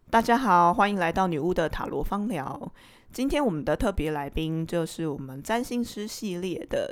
大家好，欢迎来到女巫的塔罗芳疗。今天我们的特别来宾就是我们占星师系列的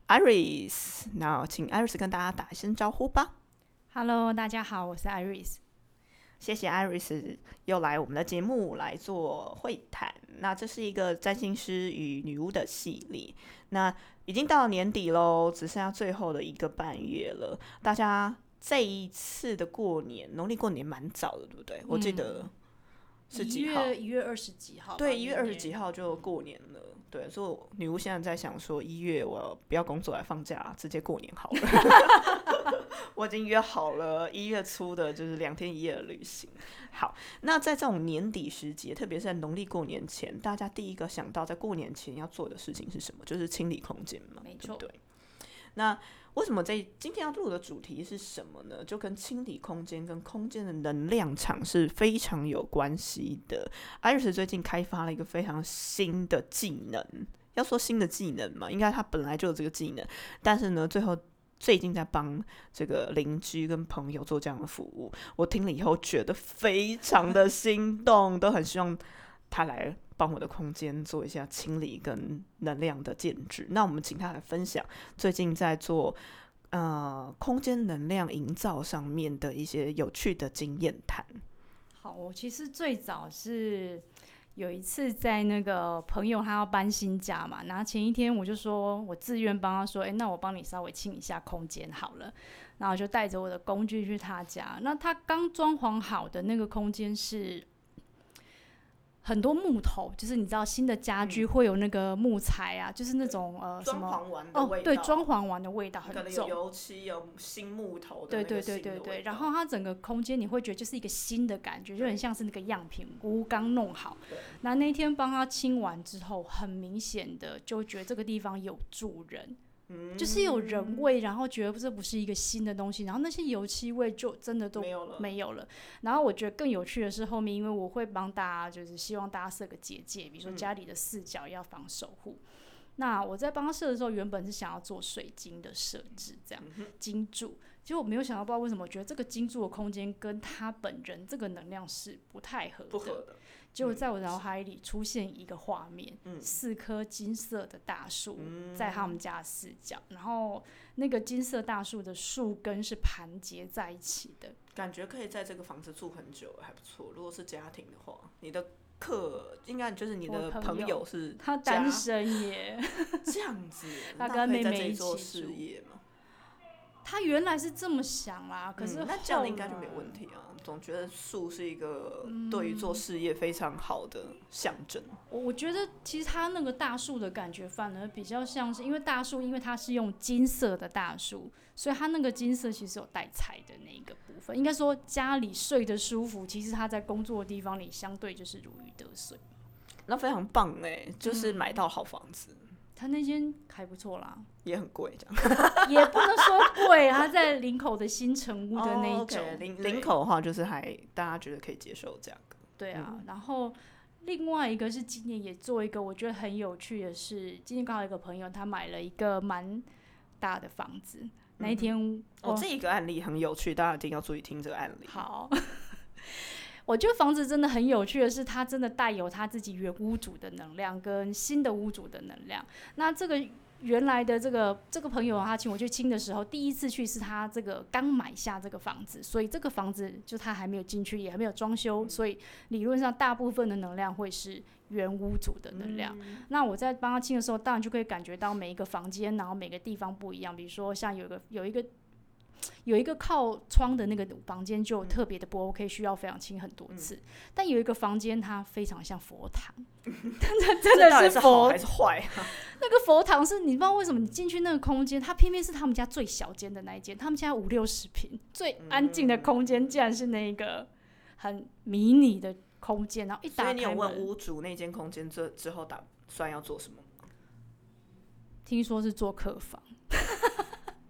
Iris， 那请 Iris 跟大家打一声招呼吧。 Hello， 大家好，我是 Iris。 谢谢 Iris 又来我们的节目来做会谈。那这是一个占星师与女巫的系列，那已经到了年底咯，只剩下最后的1个半月了。大家这一次的过年，农历过年蛮早的，对不对？我记得是几号 1月20几号？ 对，1月20几号就过年了。对，所以女巫现在在想说，1月我不要工作来放假，直接过年好了。我已经约好了1月初的，就是2天1夜的旅行。好，那在这种年底时节，特别是在农历过年前，大家第一个想到在过年前要做的事情是什么？就是清理空间嘛， 没错。 对不对？那为什么今天要录的主题是什么呢？就跟清理空间跟空间的能量场是非常有关系的。Iris 最近开发了一个非常新的技能，要说新的技能嘛，应该他本来就有这个技能，但是呢，最近在帮这个邻居跟朋友做这样的服务，我听了以后觉得非常的心动，都很希望他来帮我的空间做一下清理跟能量的建制。那我们请他来分享最近在做空间能量营造上面的一些有趣的经验谈。 好，我其实最早是有一次在那个朋友他要搬新家嘛，然后前一天我就说我自愿帮他说，那我帮你稍微清一下空间好了，然后我就带着我的工具去他家。那他刚装潢好的那个空间是很多木头，就是你知道新的家居会有那个木材啊，就是那种什么装潢完的味道， 对，装潢完的味道很重， 可能有油漆，有新木头的那个新的味道。 对，然后它整个空间你会觉得就是一个新的感觉，就很像是那个样品屋刚弄好。那天帮他清完之后，很明显的就觉得这个地方有住人。就是有人味，然后觉得这不是一个新的东西，然后那些油漆味就真的都没有了。然后我觉得更有趣的是后面，因为我会帮大家，就是希望大家设个结界，比如说家里的4角要防守护。那我在帮他设的时候，原本是想要做水晶的设置，这样晶柱，结果我没有想到，不知道为什么，我觉得这个晶柱的空间跟他本人这个能量是不太合的。结果在我脑海里出现一个画面，4棵金色的大树在他们家的4角，然后那个金色大树的树根是盘结在一起的， 感觉可以在这个房子住很久，还不错。如果是家庭的话，你的应该就是你的朋友是他单身耶， 这样子， 他跟妹妹一起做事业吗？ 他原来是这么想啦，可是那这样应该就没问题啊。总觉得树是一个对于做事业非常好的象征。 我觉得其实他那个大树的感觉反而比较像是，因为大树因为它是用金色的大树，所以它那个金色其实有带财的那个部分。应该说家里睡得舒服，其实他在工作的地方里相对就是如鱼得水。 那非常棒哎，就是买到好房子。 他那间还不错啦， 也很贵，这样也不能说贵，他在林口的新城屋的那一种。 林口的话，就是还大家觉得可以接受价格。 对啊，然后另外一个是今年也做一个我觉得很有趣的是，今天刚好有一个朋友他买了一个蛮大的房子，那一天这一个案例很有趣，大家一定要注意听这个案例。 好。我觉得房子真的很有趣的是，它真的带有他自己原屋主的能量跟新的屋主的能量。那这个原来的这个朋友他请我去清的时候，第一次去是他这个刚买下这个房子，所以这个房子就他还没有进去，也还没有装修，所以理论上大部分的能量会是原屋主的能量。那我在帮他清的时候，当然就可以感觉到每一个房间，然后每个地方不一样。比如说像有一个靠窗的那个房间就特别的不 OK， 需要非常清很多次。但有一个房间它非常像佛堂，真的是佛还是坏那个佛堂是你不知道为什么你进去那个空间，它偏偏是他们家最小间的那一间，他们家5-60坪最安静的空间，竟然是那个很迷你的空间，然后一打开门。 所以你有问屋主那间空间之后打算要做什么吗？ 听说是做客房。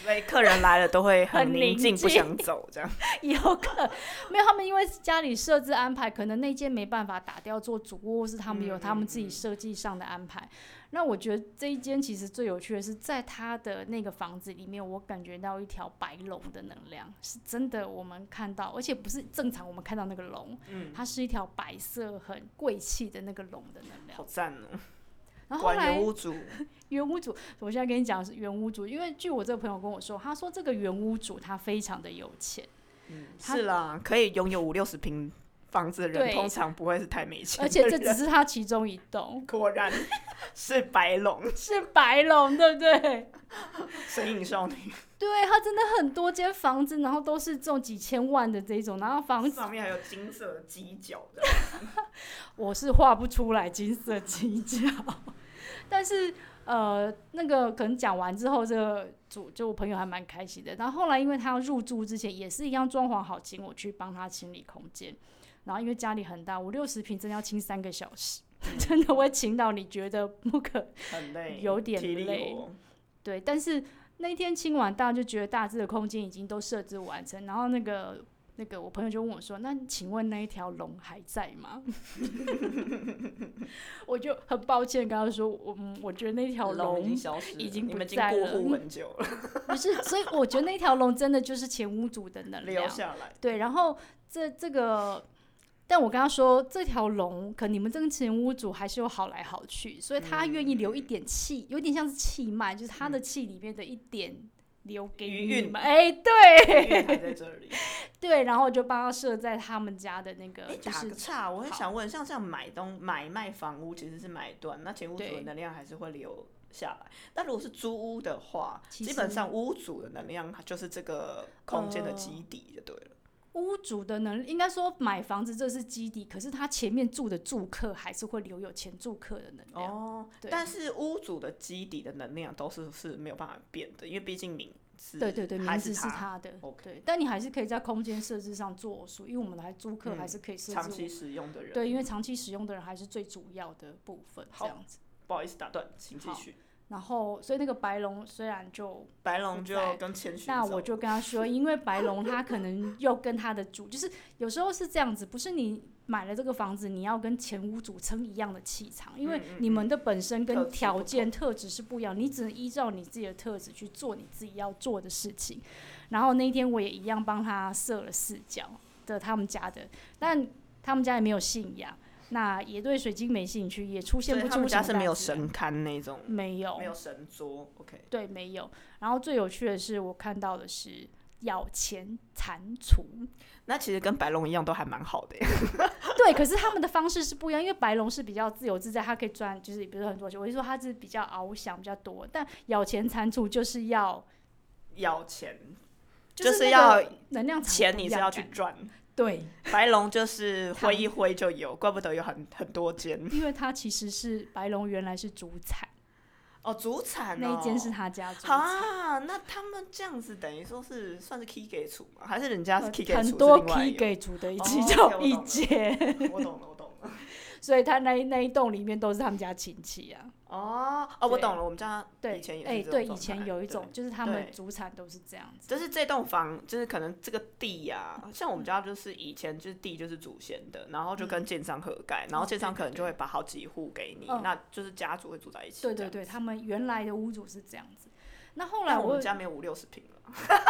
所以客人来了都会很宁静， 很宁静不想走这样。 有可能没有，他们因为家里设置安排，可能那间没办法打掉做主卧，或是他们有他们自己设计上的安排。那我觉得这一间其实最有趣的是，在他的那个房子里面，我感觉到一条白龙的能量，是真的我们看到，而且不是正常我们看到那个龙，它是一条白色很贵气的那个龙的能量。 好赞哦！ 然后后来原屋主， 原屋主，我现在跟你讲的是原屋主，因为据我这个朋友跟我说，他说这个原屋主他非常的有钱， 是啦，可以拥有50-60平房子的人， 对通常不会是太没钱而的人， 且这只是他其中一栋， 果然是白龙， 是白龙，对不对？ 神隐少女， 对，他真的很多间房子，然后都是这种几千万的这种，然后房子上面还有金色的犄角的。 我是画不出来金色犄角，但是那个可能讲完之后，这个就我朋友还蛮开心的。然后后来因为他要入住之前也是一样装潢好，请我去帮他清理空间。然后因为家里很大，50-60平真的要清3个小时，真的会清到你觉得不可， 很累， 有点体力累活。 对，但是那一天清完，大家就觉得大致的空间已经都设置完成。然后那个我朋友就问我说：“那请问那一条龙还在吗？”我就很抱歉跟他说：“我觉得那条龙已经消失了， 已经不你们已经在了过户很久了， 不是，所以我觉得那条龙真的就是前屋主的能量留下来。 对，然后这个。但我跟他说，这条龙可你们这个前屋主还是有好来好去，所以他愿意留一点气，有点像是气脉，就是他的气里面的一点留给你们。哎，对， 余韵还在这里。 对，然后我就帮他设在他们家的那个，就打是个岔，我很想问，像这样买卖房屋其实是买断，那前屋主的能量还是会留下来。但如果是租屋的话，基本上屋主的能量就是这个空间的基底就对了。 屋主的能力，应该说买房子这是基底，可是他前面住的住客还是会留有前住客的能量。 哦，但是屋主的基底的能量都是没有办法变的，因为毕竟名字对，名字是他的。 Okay. 对，但你还是可以在空间设置上做数，因为我们的租客还是可以设置长期使用的人。 对，因为长期使用的人还是最主要的部分，这样子。 不好意思打断，请继续。 然后，所以那个白龙虽然白龙就跟谦虚， 那我就跟他说，因为白龙他可能又跟他的主，就是有时候是这样子，不是你买了这个房子，你要跟前屋主撑一样的气场，因为你们的本身跟条件特质是不一样，你只能依照你自己的特质去做你自己要做的事情。然后那一天我也一样帮他设了4角的他们家的，但他们家也没有信仰。那也对水晶没兴趣，也出现不出什么大自然。他们家是没有神龛那种， 没有神桌 ，OK。 对，没有。然后最有趣的是，我看到的是咬钱蟾蜍。 那其实跟白龙一样，都还蛮好的耶。 对，可是他们的方式是不一样，因为白龙是比较自由自在，它可以赚，就是比如说很多钱。我就说它是比较翱翔比较多，但咬钱蟾蜍就是要钱， 就是要能量钱，你是要去赚。 对， 白龙就是挥一挥就有，怪不得有很多间。 因为它其实是白龙，原来是主产。 哦，主产那一间是他家主产啊，那他们这样子等于说是算是 key 给主吗？还是人家是 key 给主？ 很多 key 给主的一间， 我懂了。 所以他那一栋里面都是他们家亲戚啊。 我懂了，我们家以前也是这种状态。 对，以前有一种就是他们主产都是这样子。 就是这栋房，就是可能这个地呀，像我们家就是以前就是地就是祖先的，然后就跟建商合盖，然后建商可能就会把好几户给你，那就是家族会住在一起。 对，他们原来的屋主是这样子。那后来我们家没有50-60平了。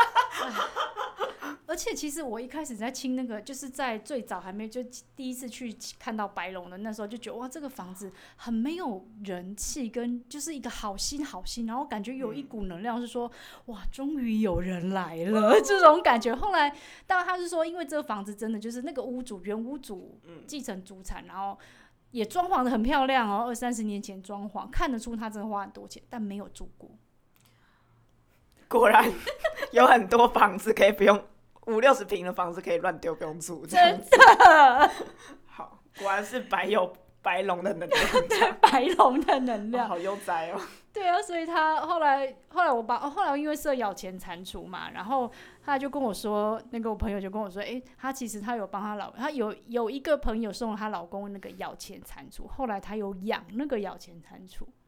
而且其实我一开始在清那个，就是在最早还没就第一次去看到白龙的那时候，就觉得哇，这个房子很没有人气，跟就是一个好心，然后感觉有一股能量是说，哇，终于有人来了这种感觉。后来当然他是说，因为这个房子真的就是那个原屋主继承祖产，然后也装潢的很漂亮哦，20-30年前装潢，看得出他真的花很多钱，但没有住过。 果然有很多房子可以不用50-60平的房子可以乱丢不用住， 真的。 好，果然是白龙的能量， 对，白龙的能量， 好悠哉哦。 对啊，所以他后来我因为设咬钱蟾蜍嘛，然后他就跟我说，那个我朋友就跟我说，他其实他有帮他有一个朋友送了她老公那个咬钱蟾蜍，后来他有养那个咬钱蟾蜍。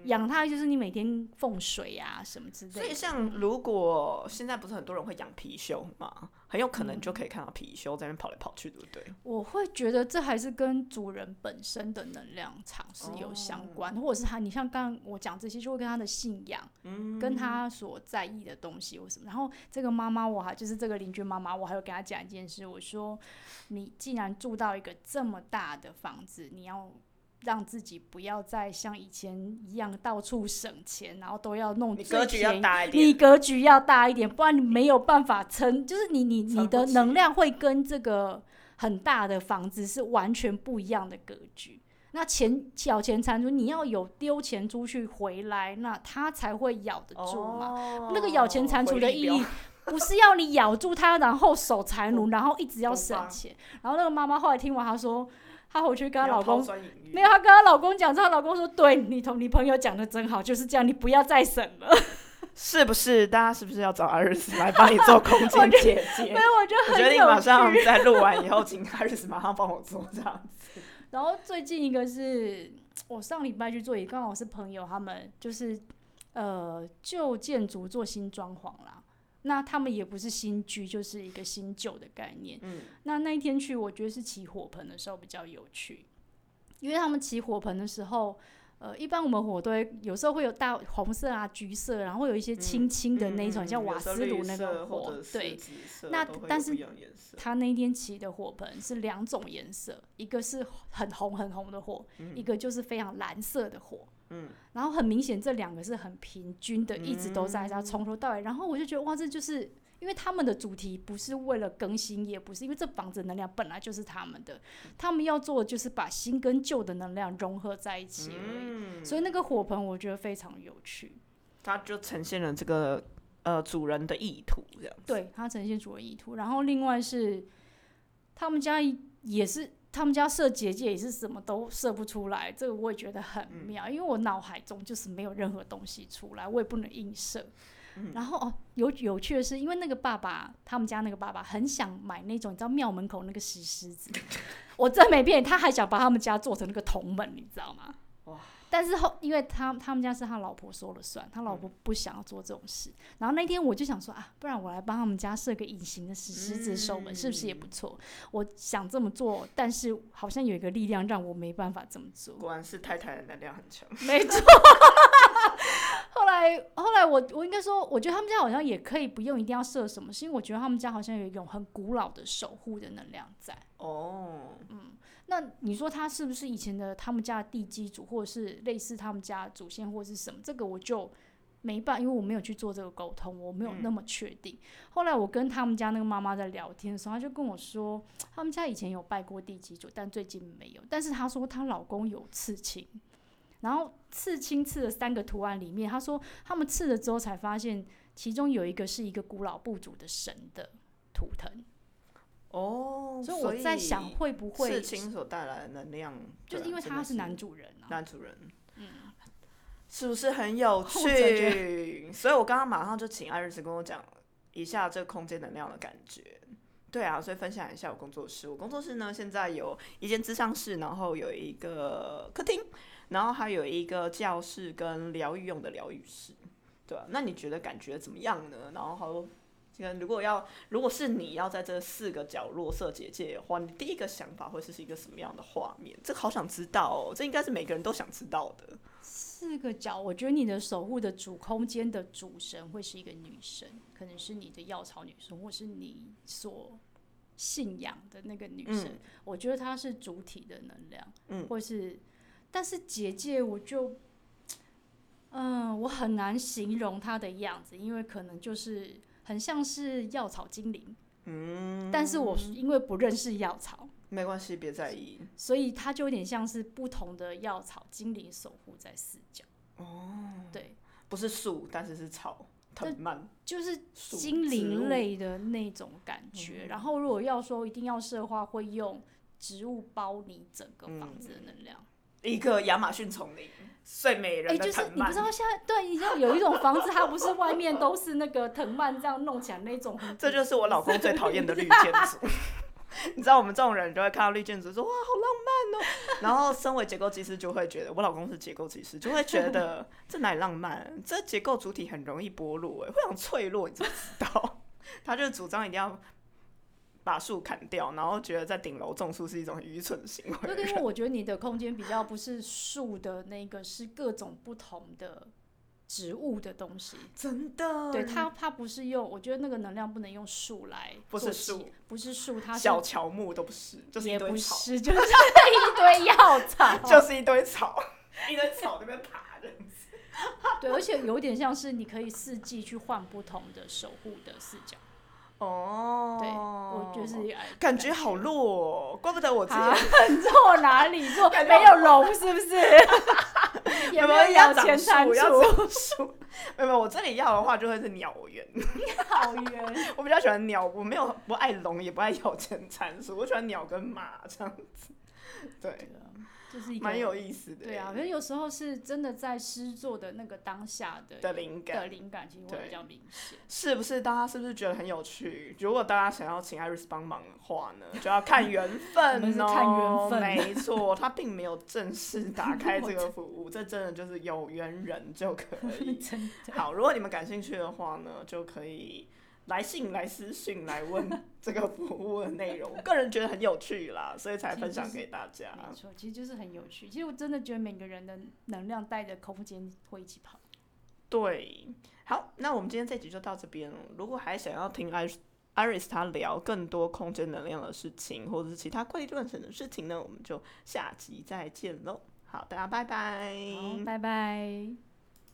养它就是你每天奉水啊什么之类的。 所以像如果现在不是很多人会养貔貅嘛，很有可能就可以看到貔貅在那边跑来跑去，对不对？ 我会觉得这还是跟主人本身的能量场是有相关，或者是你像刚刚我讲这些，就会跟他的信仰，跟他所在意的东西或什么。然后这个妈妈，就是这个邻居妈妈，我还有跟她讲一件事，我说你既然住到一个这么大的房子，你要让自己不要再像以前一样到处省钱，然后都要弄最便宜，你格局要大一点，不然你没有办法撑，就是你的能量会跟这个很大的房子是完全不一样的格局。那咬钱蟾蜍，你要有丢钱出去回来，那它才会咬得住嘛。那个咬钱蟾蜍的意义不是要你咬住它，然后守财奴，然后一直要省钱。然后那个妈妈后来听完，她说她回去跟她老公没有，她跟她老公讲，她老公说：“对，你朋友讲的真好，就是这样，你不要再省了。” 是不是？大家是不是要找阿瑞斯来帮你做空间姐姐？ 没有，我觉得你马上在录完以后，请阿瑞斯马上帮我做这样子。 然后最近一个是我上礼拜去做，也刚好是朋友他们就是旧建筑做新装潢啦。那他们也不是新居，就是一个新旧的概念。那一天去，我觉得是起火盆的时候比较有趣，因为他们起火盆的时候，一般我们火堆有时候会有大红色啊、橘色，然后会有一些青青的那一种，像瓦斯炉那个火，对。那但是他那天起的火盆是2种颜色，一个是很红很红的火，一个就是非常蓝色的火。然后很明显这2个是很平均的，一直都在它从头到尾。然后我就觉得哇，这就是因为他们的主题不是为了更新，也不是因为这房子能量本来就是他们的，他们要做的就是把新跟旧的能量融合在一起而已。所以那个火盆我觉得非常有趣， 它就呈现了这个主人的意图这样子。 对，它呈现主人意图。然后另外是他们家也是。他们家设结界也是什么都设不出来，这个我也觉得很妙，因为我脑海中就是没有任何东西出来，我也不能映射。然后有趣的是，因为那个爸爸，他们家那个爸爸很想买那种你知道庙门口那个石狮子，我真没骗你，他还想把他们家做成那个铜门，你知道吗？哇！但是因为他们家是他老婆说了算，他老婆不想要做这种事。然后那天我就想说不然我来帮他们家设个隐形的石狮子守门，是不是也不错？我想这么做，但是好像有一个力量让我没办法这么做。 果然是太太的能量很强。 没错。后来我应该说，我觉得他们家好像也可以不用一定要设什么，是因为我觉得他们家好像有一种很古老的守护的能量在。那你说他是不是以前的他们家的地基主，或者是类似他们家的祖先，或者是什么？这个我就没办法，因为我没有去做这个沟通，我没有那么确定。后来我跟他们家那个妈妈在聊天的时候，她就跟我说，他们家以前有拜过地基主，但最近没有。但是她说她老公有刺青，然后刺青刺了3个图案里面，她说他们刺了之后才发现，其中有一个是一个古老部族的神的图腾。所以我在想会不会刺青所带来的能量， 就是因为他是男主人男主人，是不是很有趣？所以我刚刚马上就请艾瑞斯跟我讲一下这个空间能量的感觉。对啊，所以分享一下我工作室。我工作室呢，现在有一间咨商室，然后有一个客厅，然后还有一个教室跟疗愈用的疗愈室。对啊，那你觉得感觉怎么样呢？然后如果是你要在这4个角落设结界的话，你第一个想法会是一个什么样的画面？这个好想知道哦，这应该是每个人都想知道的。 4个角，我觉得你的守护的主空间的主神会是一个女神，可能是你的药草女神，或是你所信仰的那个女神。我觉得她是主体的能量，或是，但是结界我就，我很难形容她的样子，因为可能就是很像是药草精灵，但是我因为不认识药草， 没关系，别在意。 所以它就有点像是不同的药草精灵守护在4角。对， 不是树，但是是草，藤蔓， 就是精灵类的那种感觉。然后如果要说一定要设的话，会用植物包你整个房子的能量。 一个亚马逊丛林，睡美人的藤蔓。 就是你不知道现在对，你知道有一种房子，它不是外面都是那个藤蔓这样弄起来那种。 这就是我老公最讨厌的绿建筑。 你知道我们这种人就会看到绿建筑说哇好浪漫哦，然后身为结构技师就会觉得，我老公是结构技师，就会觉得这哪里浪漫？这结构主体很容易剥落，会很脆弱，你知不知道？他就主张一定要把树砍掉，然后觉得在顶楼种树是一种愚蠢行为。 对，因为我觉得你的空间比较不是树的那个，是各种不同的植物的东西。 真的， 对它不是用，我觉得那个能量不能用树来不是树， 不是树，它是小乔木都不是，就是一堆草， 也不是，就是一堆药草， 就是一堆草，一堆草在那边爬这样子。 对，而且有点像是你可以四季去换不同的守护的视角。 哦， 对，我就是感觉好弱哦，怪不得我之前很弱哪里弱？没有龙是不是？也没有要钱蟾蜍。没有，我这里要的话就会是鸟园。 好圆。 我比较喜欢鸟，我没有不爱龙，也不爱咬钱蟾蜍，我喜欢鸟跟马这样子。对。 就是一个蛮有意思的。 对啊，可是有时候是真的在诗作的那个当下的灵感其实会比较明显。 是不是？大家是不是觉得很有趣？如果大家想要请 Iris 帮忙的话呢，就要看缘分哦。 我们是看缘分， 没错，他并没有正式打开这个服务，这真的就是有缘人就可以。 真的。 好，如果你们感兴趣的话呢，就可以来信、来私讯、来问这个服务的内容，我个人觉得很有趣啦，所以才分享给大家。 没错，其实就是很有趣。其实我真的觉得每个人的能量带着空间会一起跑。 对，好，那我们今天这集就到这边了。如果还想要听Iris 他聊更多空间能量的事情，或者是其他怪力乱神的事情呢，我们就下集再见喽。好，大家拜拜。 好，拜拜。